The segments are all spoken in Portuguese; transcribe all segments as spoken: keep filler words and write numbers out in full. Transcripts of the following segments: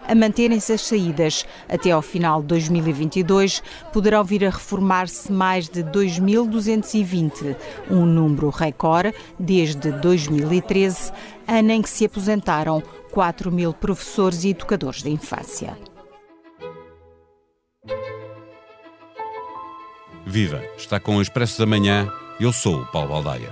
a manterem-se as saídas. Até ao final de dois mil e vinte e dois, poderão vir a reformar-se mais de dois mil duzentos e vinte, um número recorde desde dois mil e treze, ano em que se aposentaram quatro mil professores e educadores de infância. Viva! Está com o Expresso da Manhã. Eu sou o Paulo Baldaia.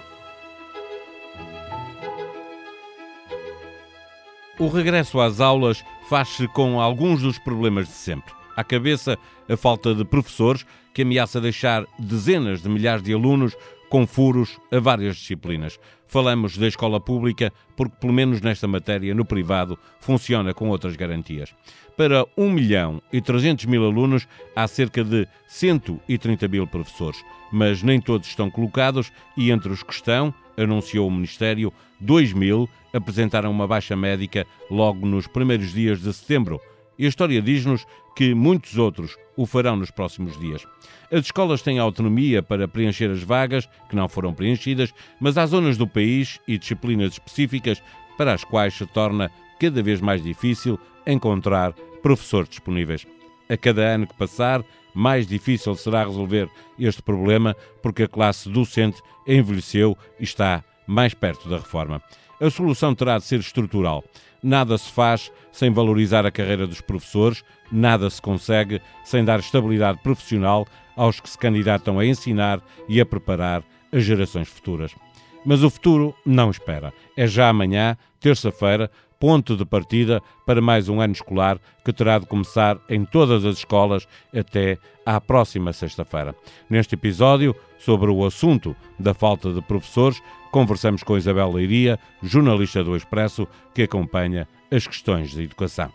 O regresso às aulas faz-se com alguns dos problemas de sempre. À cabeça, a falta de professores, que ameaça deixar dezenas de milhares de alunos com furos a várias disciplinas. Falamos da escola pública porque, pelo menos nesta matéria, no privado, funciona com outras garantias. Para um milhão e trezentos mil alunos, há cerca de cento e trinta mil professores. Mas nem todos estão colocados e, entre os que estão, anunciou o Ministério, dois mil apresentaram uma baixa médica logo nos primeiros dias de setembro. E a história diz-nos que muitos outros o farão nos próximos dias. As escolas têm autonomia para preencher as vagas que não foram preenchidas, mas há zonas do país e disciplinas específicas para as quais se torna cada vez mais difícil encontrar professores disponíveis. A cada ano que passar, mais difícil será resolver este problema porque a classe docente envelheceu e está mais perto da reforma. A solução terá de ser estrutural. Nada se faz sem valorizar a carreira dos professores, nada se consegue sem dar estabilidade profissional aos que se candidatam a ensinar e a preparar as gerações futuras. Mas o futuro não espera. É já amanhã, terça-feira, ponto de partida para mais um ano escolar que terá de começar em todas as escolas até à próxima sexta-feira. Neste episódio, sobre o assunto da falta de professores, conversamos com Isabel Leiria, jornalista do Expresso, que acompanha as questões de educação.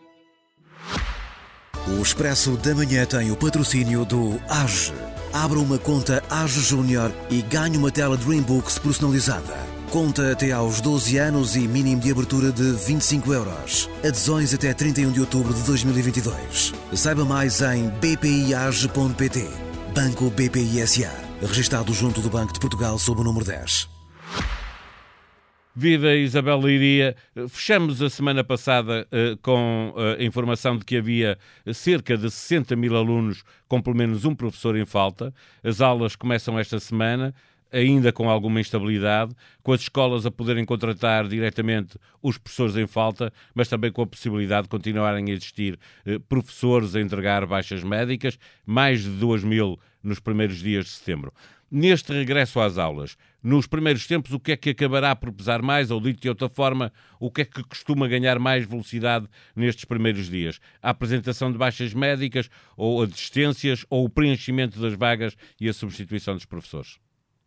O Expresso da Manhã tem o patrocínio do A G E. Abra uma conta A G E Júnior e ganhe uma tela Dreambooks personalizada. Conta até aos doze anos e mínimo de abertura de vinte e cinco euros. Adesões até trinta e um de outubro de dois mil e vinte e dois. Saiba mais em b p i a g ponto p t. Banco B P I S A. Registado junto do Banco de Portugal sob o número dez. Viva Isabel Leiria. Fechamos a semana passada uh, com uh, a informação de que havia cerca de sessenta mil alunos com pelo menos um professor em falta. As aulas começam esta semana, ainda com alguma instabilidade, com as escolas a poderem contratar diretamente os professores em falta, mas também com a possibilidade de continuarem a existir eh, professores a entregar baixas médicas, mais de duas mil nos primeiros dias de setembro. Neste regresso às aulas, nos primeiros tempos, o que é que acabará por pesar mais, ou dito de outra forma, o que é que costuma ganhar mais velocidade nestes primeiros dias? A apresentação de baixas médicas, ou as desistências, ou o preenchimento das vagas e a substituição dos professores?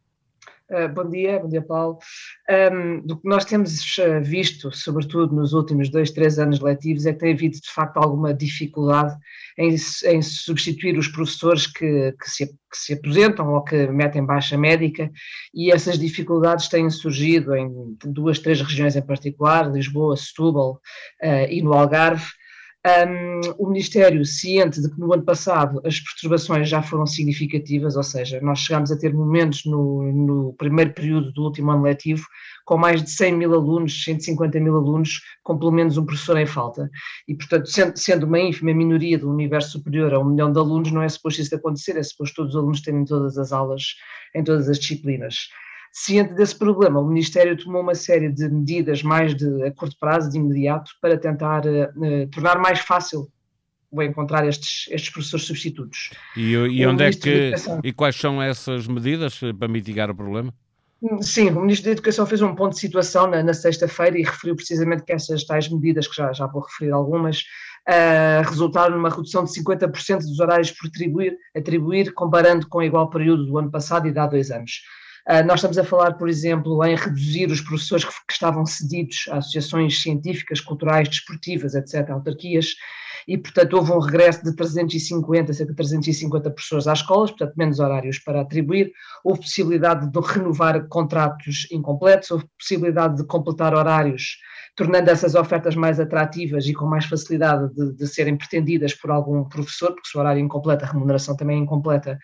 Uh, bom dia, bom dia Paulo. Um, do que nós temos visto, sobretudo nos últimos dois, três anos letivos, é que tem havido de facto alguma dificuldade em, em substituir os professores que, que, se, que se aposentam ou que metem baixa médica, e essas dificuldades têm surgido em duas, três regiões em particular, Lisboa, Setúbal uh, e no Algarve. Um, o Ministério, ciente de que no ano passado as perturbações já foram significativas, ou seja, nós chegámos a ter momentos no, no primeiro período do último ano letivo com mais de cem mil alunos, cento e cinquenta mil alunos, com pelo menos um professor em falta. E, portanto, sendo, sendo uma ínfima minoria do universo superior a um milhão de alunos, não é suposto isso acontecer, é suposto todos os alunos terem todas as aulas em todas as disciplinas. Ciente desse problema, o Ministério tomou uma série de medidas mais de a curto prazo, de imediato, para tentar uh, tornar mais fácil o encontrar estes, estes professores substitutos. E, e onde é que e quais são essas medidas para mitigar o problema? Sim, o Ministro da Educação fez um ponto de situação na, na sexta-feira e referiu precisamente que essas tais medidas, que já, já vou referir algumas, uh, resultaram numa redução de cinquenta por cento dos horários por atribuir, atribuir, comparando com o igual período do ano passado e de há dois anos. Uh, nós estamos a falar, por exemplo, em reduzir os professores que, que estavam cedidos a associações científicas, culturais, desportivas, etcétera, autarquias, e, portanto, houve um regresso de trezentos e cinquenta, cerca de trezentos e cinquenta professores às escolas, portanto, menos horários para atribuir, houve possibilidade de renovar contratos incompletos, houve possibilidade de completar horários, tornando essas ofertas mais atrativas e com mais facilidade de, de serem pretendidas por algum professor, porque se o horário é incompleto, a remuneração também é incompleta,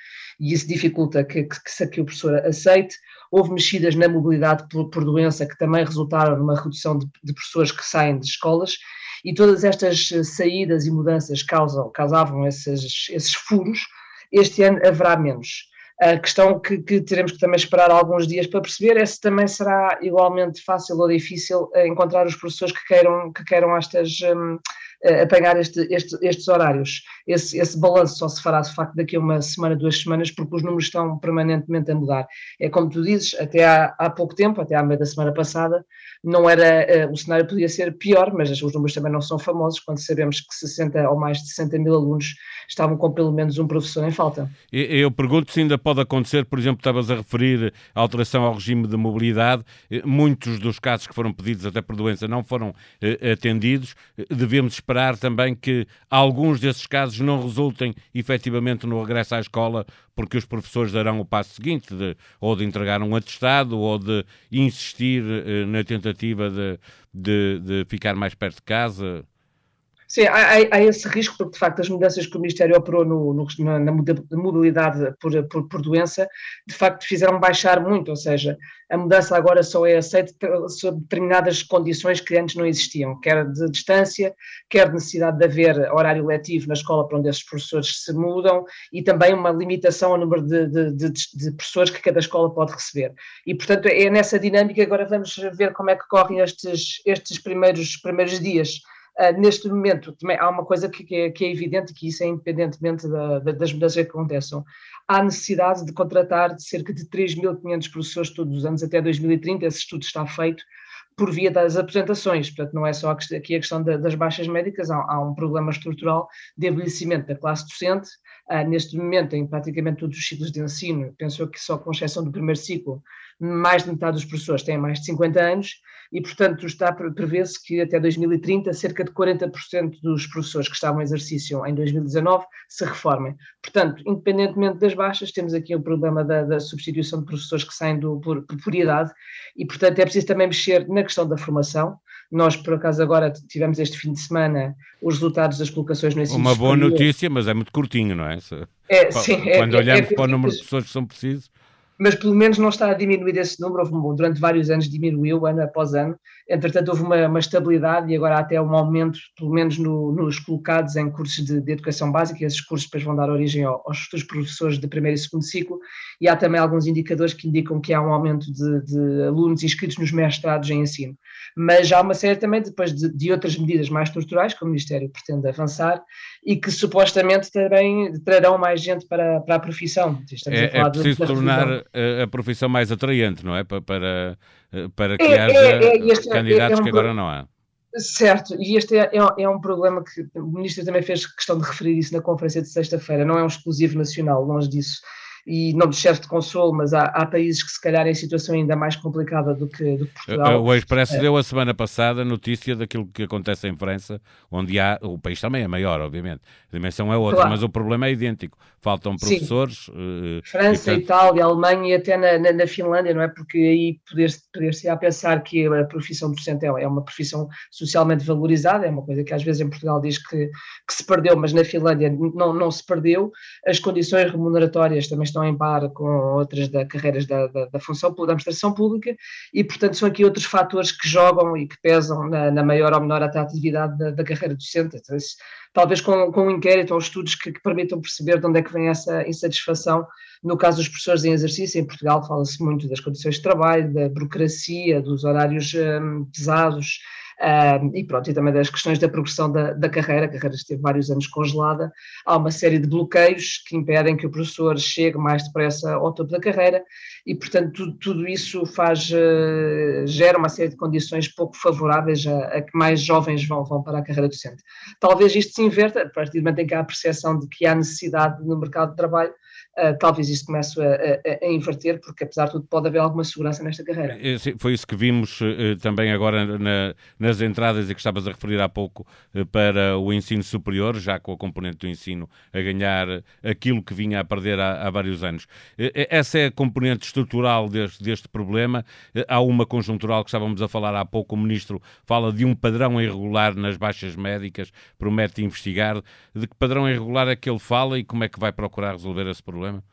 e isso dificulta que, que, que o professor aceite. Houve mexidas na mobilidade por, por doença que também resultaram numa redução de, de professores que saem de escolas, e todas estas saídas e mudanças causam, causavam esses, esses furos. Este ano haverá menos. A questão que, que teremos que também esperar alguns dias para perceber é se também será igualmente fácil ou difícil encontrar os professores que queiram, que queiram estas, um, apanhar este, este, estes horários. Esse, esse balanço só se fará de facto daqui a uma semana, duas semanas, porque os números estão permanentemente a mudar. É como tu dizes, até há, há pouco tempo, até à meia da semana passada, não era, uh, o cenário podia ser pior, mas os números também não são famosos, quando sabemos que sessenta ou mais de sessenta mil alunos estavam com pelo menos um professor em falta. Eu pergunto se ainda pode acontecer, por exemplo, estavas a referir a alteração ao regime de mobilidade, muitos dos casos que foram pedidos até por doença não foram eh, atendidos, devemos esperar também que alguns desses casos não resultem efetivamente no regresso à escola, porque os professores darão o passo seguinte, de, ou de entregar um atestado, ou de insistir eh, na tentativa de, de, de ficar mais perto de casa. Sim, há, há esse risco, porque de facto as mudanças que o Ministério operou no, no, na, na mobilidade por, por, por doença, de facto fizeram baixar muito, ou seja, a mudança agora só é aceita sob determinadas condições que antes não existiam, quer de distância, quer de necessidade de haver horário letivo na escola para onde esses professores se mudam, e também uma limitação ao número de, de, de, de professores que cada escola pode receber. E portanto é nessa dinâmica que agora vamos ver como é que correm estes, estes primeiros, primeiros dias. Uh, neste momento, também há uma coisa que, que, é, que é evidente, que isso é independentemente da, da, das mudanças que aconteçam. Há necessidade de contratar de cerca de três mil e quinhentos professores todos os anos até dois mil e trinta, esse estudo está feito por via das aposentações, portanto não é só aqui a questão da, das baixas médicas, há, há um problema estrutural de envelhecimento da classe docente. Uh, neste momento, em praticamente todos os ciclos de ensino, penso que só com exceção do primeiro ciclo, mais de metade dos professores têm mais de cinquenta anos, e portanto está, prevê-se que até dois mil e trinta cerca de quarenta por cento dos professores que estavam em exercício em dois mil e dezanove se reformem. Portanto, independentemente das baixas, temos aqui o problema da, da substituição de professores que saem do, por, por idade, e portanto é preciso também mexer na questão da formação. Nós, por acaso, agora tivemos este fim de semana os resultados das colocações no ensino Uma boa superior. Notícia, mas é muito curtinho, não é? É, sim, Quando é, olhamos é, é, para o número de pessoas que são precisos. Mas pelo menos não está a diminuir esse número, durante vários anos diminuiu, ano após ano, entretanto houve uma, uma estabilidade e agora há até um aumento, pelo menos no, nos colocados em cursos de, de educação básica, e esses cursos depois vão dar origem aos, aos futuros professores de primeiro e segundo ciclo, e há também alguns indicadores que indicam que há um aumento de, de alunos inscritos nos mestrados em ensino. Mas há uma série também depois de, de outras medidas mais estruturais que o Ministério pretende avançar e que supostamente também trarão mais gente para, para a profissão. Estamos é, a falar é preciso de, tornar a, a profissão mais atraente, não é? Para, para, para que é, haja é, é, este candidatos é, é um que agora não há. Certo, e este é, é, é um problema que o Ministro também fez questão de referir isso na conferência de sexta-feira, não é um exclusivo nacional, longe disso. E não nos serve de consolo, mas há, há países que se calhar em situação ainda mais complicada do que, do que Portugal. O Expresso é. deu a semana passada notícia daquilo que acontece em França, onde há, o país também é maior, obviamente, a dimensão é outra, claro. Mas o problema é idêntico, faltam professores. Uh, França, e, portanto... Itália, Alemanha e até na, na, na Finlândia, não é? Porque aí poder-se poder-se a pensar que a profissão docente é, é uma profissão socialmente valorizada, é uma coisa que às vezes em Portugal diz que, que se perdeu, mas na Finlândia não, não se perdeu, as condições remuneratórias também estão em par com outras da, carreiras da, da, da função da administração pública e, portanto, são aqui outros fatores que jogam e que pesam na, na maior ou menor atratividade da, da carreira docente. Então, isso, talvez com, com um inquérito ou estudos que, que permitam perceber de onde é que vem essa insatisfação. No caso dos professores em exercício, em Portugal fala-se muito das condições de trabalho, da burocracia, dos horários hum, pesados, Um, e pronto, e também das questões da progressão da, da carreira, a carreira esteve vários anos congelada, há uma série de bloqueios que impedem que o professor chegue mais depressa ao topo da carreira e, portanto, tudo, tudo isso faz, uh, gera uma série de condições pouco favoráveis a, a que mais jovens vão, vão para a carreira docente. Talvez isto se inverta, a partir do momento em que há a percepção de que há necessidade no mercado de trabalho, Uh, talvez isso comece a, a, a inverter, porque apesar de tudo pode haver alguma segurança nesta carreira. Foi isso que vimos uh, também agora na, nas entradas e que estavas a referir há pouco uh, para o ensino superior, já com a componente do ensino a ganhar aquilo que vinha a perder há, há vários anos. Uh, essa é a componente estrutural deste, deste problema. Uh, há uma conjuntural que estávamos a falar há pouco, o Ministro fala de um padrão irregular nas baixas médicas, promete investigar. De que padrão irregular é que ele fala e como é que vai procurar resolver esse problema?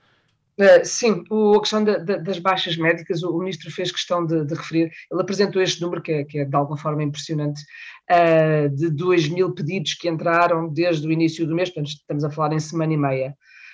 Uh, sim, o, a questão da, da, das baixas médicas, o, o Ministro fez questão de, de referir, ele apresentou este número que é, que é de alguma forma impressionante, uh, de dois mil pedidos que entraram desde o início do mês, portanto estamos a falar em semana e meia.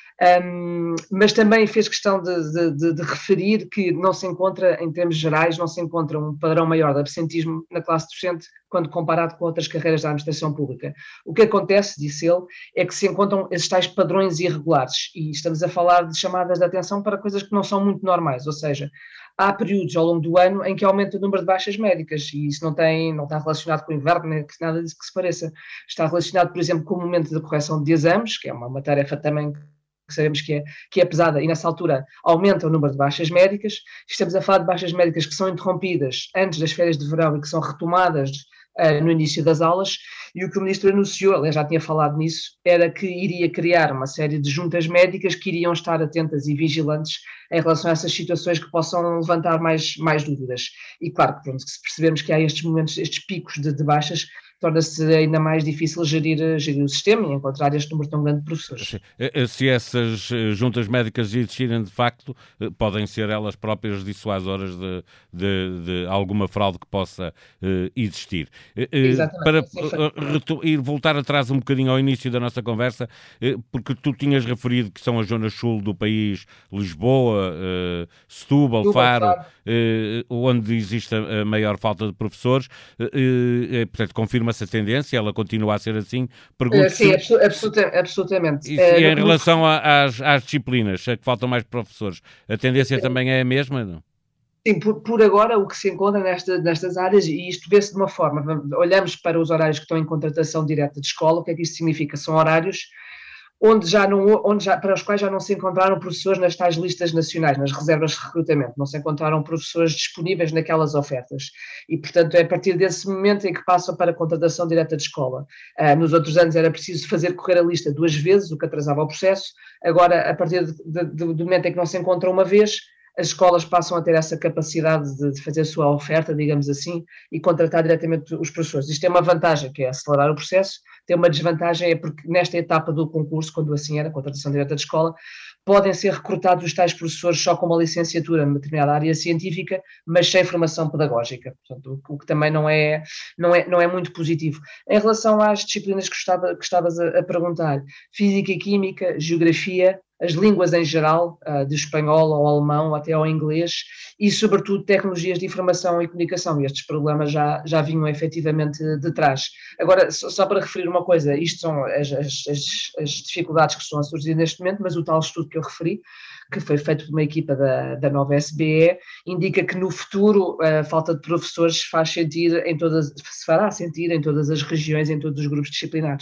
Um, mas também fez questão de, de, de referir que não se encontra, em termos gerais, não se encontra um padrão maior de absentismo na classe docente quando comparado com outras carreiras da administração pública. O que acontece, disse ele, é que se encontram esses tais padrões irregulares, e estamos a falar de chamadas de atenção para coisas que não são muito normais, ou seja, há períodos ao longo do ano em que aumenta o número de baixas médicas, e isso não, tem, não está relacionado com o inverno, nem nada disso que se pareça. Está relacionado, por exemplo, com o momento da correção de exames, que é uma, uma tarefa também que sabemos que é, que é pesada, e nessa altura aumenta o número de baixas médicas. Estamos a falar de baixas médicas que são interrompidas antes das férias de verão e que são retomadas uh, no início das aulas, e o que o Ministro anunciou, aliás já tinha falado nisso, era que iria criar uma série de juntas médicas que iriam estar atentas e vigilantes em relação a essas situações que possam levantar mais, mais dúvidas. E claro, pronto, se percebemos que há estes momentos, estes picos de, de baixas, torna-se ainda mais difícil gerir, gerir o sistema e encontrar este número tão grande de professores. Se essas juntas médicas existirem de facto, podem ser elas próprias dissuasoras de, de, de alguma fraude que possa uh, existir. Exatamente. Para uh, ir voltar atrás um bocadinho ao início da nossa conversa, uh, porque tu tinhas referido que são as zonas sul do país, Lisboa, uh, Setúbal, Setúbal, Faro, uh, onde existe a maior falta de professores, uh, uh, portanto, confirma essa tendência, ela continua a ser assim? Pergunto Sim, se, absoluta, absolutamente. E, e em uh, relação no... às, às disciplinas, a que faltam mais professores, a tendência Sim. também é a mesma? Não? Sim, por, por agora o que se encontra nesta, nestas áreas, e isto vê-se de uma forma, olhamos para os horários que estão em contratação direta de escola, o que é que isto significa? São horários onde já não, onde já, para os quais já não se encontraram professores nas tais listas nacionais, nas reservas de recrutamento, não se encontraram professores disponíveis naquelas ofertas, e portanto é a partir desse momento em que passam para a contratação direta de escola. Uh, nos outros anos era preciso fazer correr a lista duas vezes, o que atrasava o processo. Agora, a partir de, de, de, do momento em que não se encontra uma vez, as escolas passam a ter essa capacidade de, de fazer a sua oferta, digamos assim, e contratar diretamente os professores. Isto tem uma vantagem, que é acelerar o processo. Tem uma desvantagem, é porque nesta etapa do concurso, quando assim era, a contratação direta de escola, podem ser recrutados os tais professores só com uma licenciatura numa determinada área científica, mas sem formação pedagógica, portanto, o, o que também não é, não, é, não é muito positivo. Em relação às disciplinas que, estava, que estavas a, a perguntar, física e química, geografia, as línguas em geral, de espanhol ao alemão até ao inglês, e sobretudo tecnologias de informação e comunicação, e estes problemas já, já vinham efetivamente de trás. Agora, só para referir uma coisa, isto são as, as, as dificuldades que estão a surgir neste momento, mas o tal estudo que eu referi, que foi feito por uma equipa da, da nova S B E, indica que no futuro a falta de professores faz sentir em todas, se fará sentir em todas as regiões, em todos os grupos disciplinares.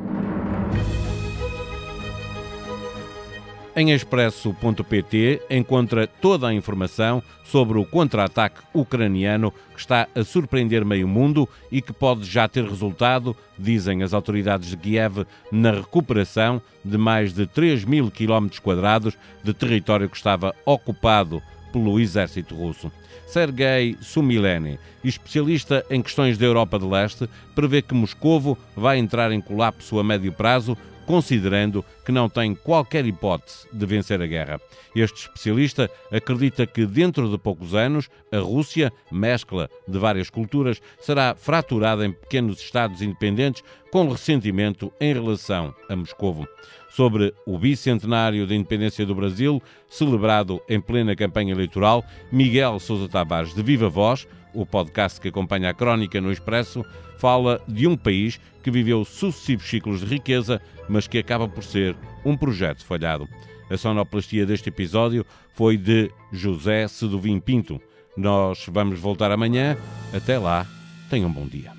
Em expresso ponto pt encontra toda a informação sobre o contra-ataque ucraniano que está a surpreender meio mundo e que pode já ter resultado, dizem as autoridades de Kiev, na recuperação de mais de três mil quilómetros quadrados de território que estava ocupado pelo exército russo. Sergei Sumileny, especialista em questões da Europa de Leste, prevê que Moscovo vai entrar em colapso a médio prazo, considerando que não tem qualquer hipótese de vencer a guerra. Este especialista acredita que dentro de poucos anos a Rússia, mescla de várias culturas, será fraturada em pequenos estados independentes com ressentimento em relação a Moscovo. Sobre o bicentenário da independência do Brasil, celebrado em plena campanha eleitoral, Miguel Sousa Tavares, de Viva Voz, o podcast que acompanha a crónica no Expresso, fala de um país que viveu sucessivos ciclos de riqueza, mas que acaba por ser um projeto falhado. A sonoplastia deste episódio foi de José Seduvim Pinto. Nós vamos voltar amanhã. Até lá, tenham um bom dia.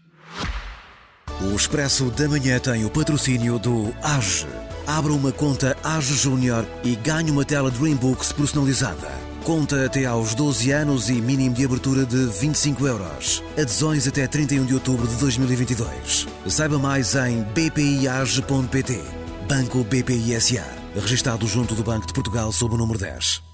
O Expresso da Manhã tem o patrocínio do A G E. Abra uma conta A G E Júnior e ganhe uma tela Dreambooks personalizada. Conta até aos doze anos e mínimo de abertura de vinte e cinco euros. Adesões até trinta e um de outubro de dois mil e vinte e dois. Saiba mais em b p i a g ponto p t. Banco B P I S A. Registado junto do Banco de Portugal sob o número dez.